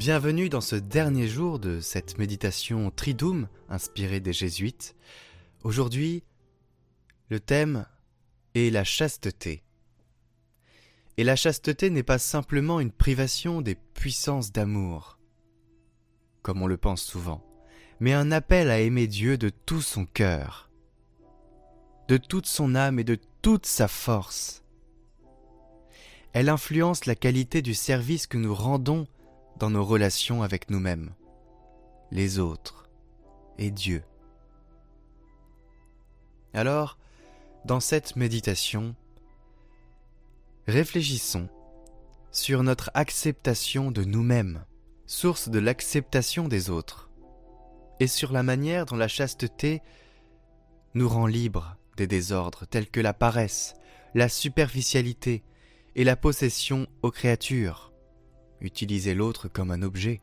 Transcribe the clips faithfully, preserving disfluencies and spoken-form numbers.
Bienvenue dans ce dernier jour de cette méditation Triduum inspirée des Jésuites. Aujourd'hui, le thème est la chasteté. Et la chasteté n'est pas simplement une privation des puissances d'amour, comme on le pense souvent, mais un appel à aimer Dieu de tout son cœur, de toute son âme et de toute sa force. Elle influence la qualité du service que nous rendons dans nos relations avec nous-mêmes, les autres et Dieu. Alors, dans cette méditation, réfléchissons sur notre acceptation de nous-mêmes, source de l'acceptation des autres, et sur la manière dont la chasteté nous rend libres des désordres tels que la paresse, la superficialité et la possession aux créatures. Utiliser l'autre comme un objet.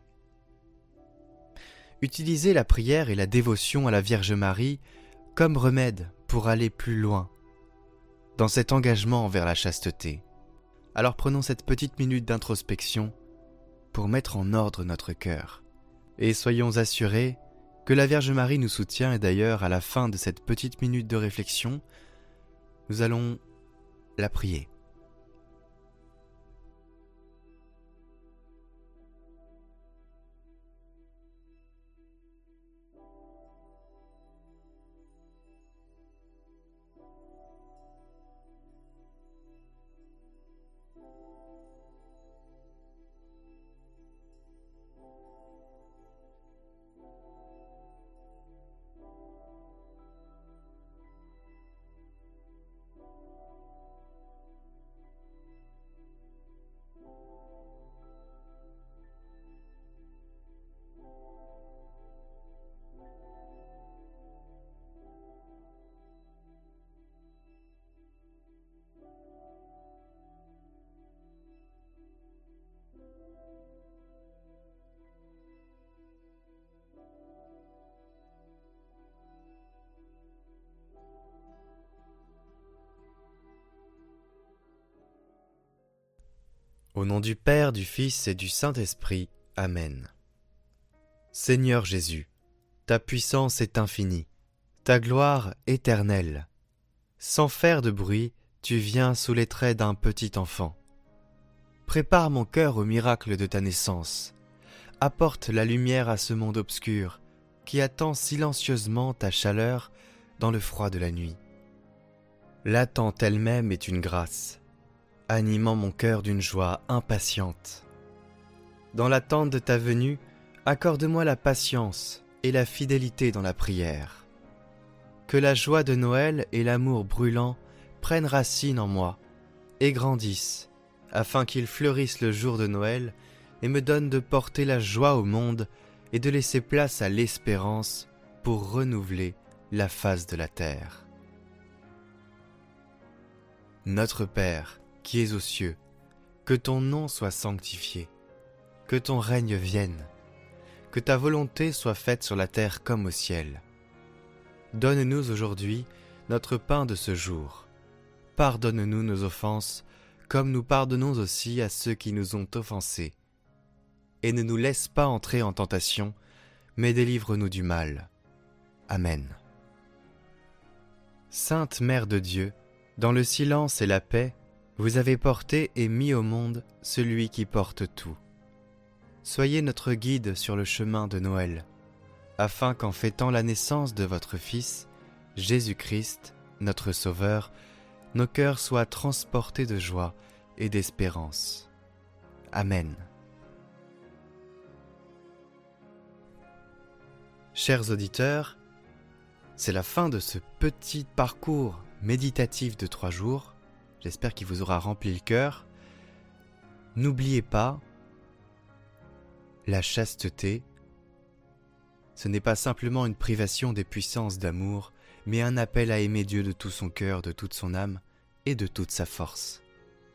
Utiliser la prière et la dévotion à la Vierge Marie comme remède pour aller plus loin dans cet engagement envers la chasteté. Alors prenons cette petite minute d'introspection pour mettre en ordre notre cœur. Et soyons assurés que la Vierge Marie nous soutient, et d'ailleurs à la fin de cette petite minute de réflexion, nous allons la prier. Au nom du Père, du Fils et du Saint-Esprit. Amen. Seigneur Jésus, ta puissance est infinie, ta gloire éternelle. Sans faire de bruit, tu viens sous les traits d'un petit enfant. Prépare mon cœur au miracle de ta naissance. Apporte la lumière à ce monde obscur qui attend silencieusement ta chaleur dans le froid de la nuit. L'attente elle-même est une grâce, animant mon cœur d'une joie impatiente. Dans l'attente de ta venue, accorde-moi la patience et la fidélité dans la prière. Que la joie de Noël et l'amour brûlant prennent racine en moi et grandissent, afin qu'ils fleurissent le jour de Noël et me donnent de porter la joie au monde et de laisser place à l'espérance pour renouveler la face de la terre. Notre Père, qui es aux cieux, que ton nom soit sanctifié, que ton règne vienne, que ta volonté soit faite sur la terre comme au ciel. Donne-nous aujourd'hui notre pain de ce jour. Pardonne-nous nos offenses, comme nous pardonnons aussi à ceux qui nous ont offensés. Et ne nous laisse pas entrer en tentation, mais délivre-nous du mal. Amen. Sainte Mère de Dieu, dans le silence et la paix, vous avez porté et mis au monde celui qui porte tout. Soyez notre guide sur le chemin de Noël, afin qu'en fêtant la naissance de votre Fils, Jésus-Christ, notre Sauveur, nos cœurs soient transportés de joie et d'espérance. Amen. Chers auditeurs, c'est la fin de ce petit parcours méditatif de trois jours. J'espère qu'il vous aura rempli le cœur. N'oubliez pas, la chasteté, ce n'est pas simplement une privation des puissances d'amour, mais un appel à aimer Dieu de tout son cœur, de toute son âme et de toute sa force.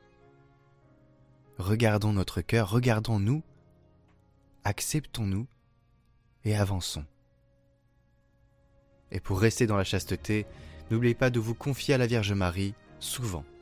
Regardons notre cœur, regardons-nous, acceptons-nous et avançons. Et pour rester dans la chasteté, n'oubliez pas de vous confier à la Vierge Marie souvent.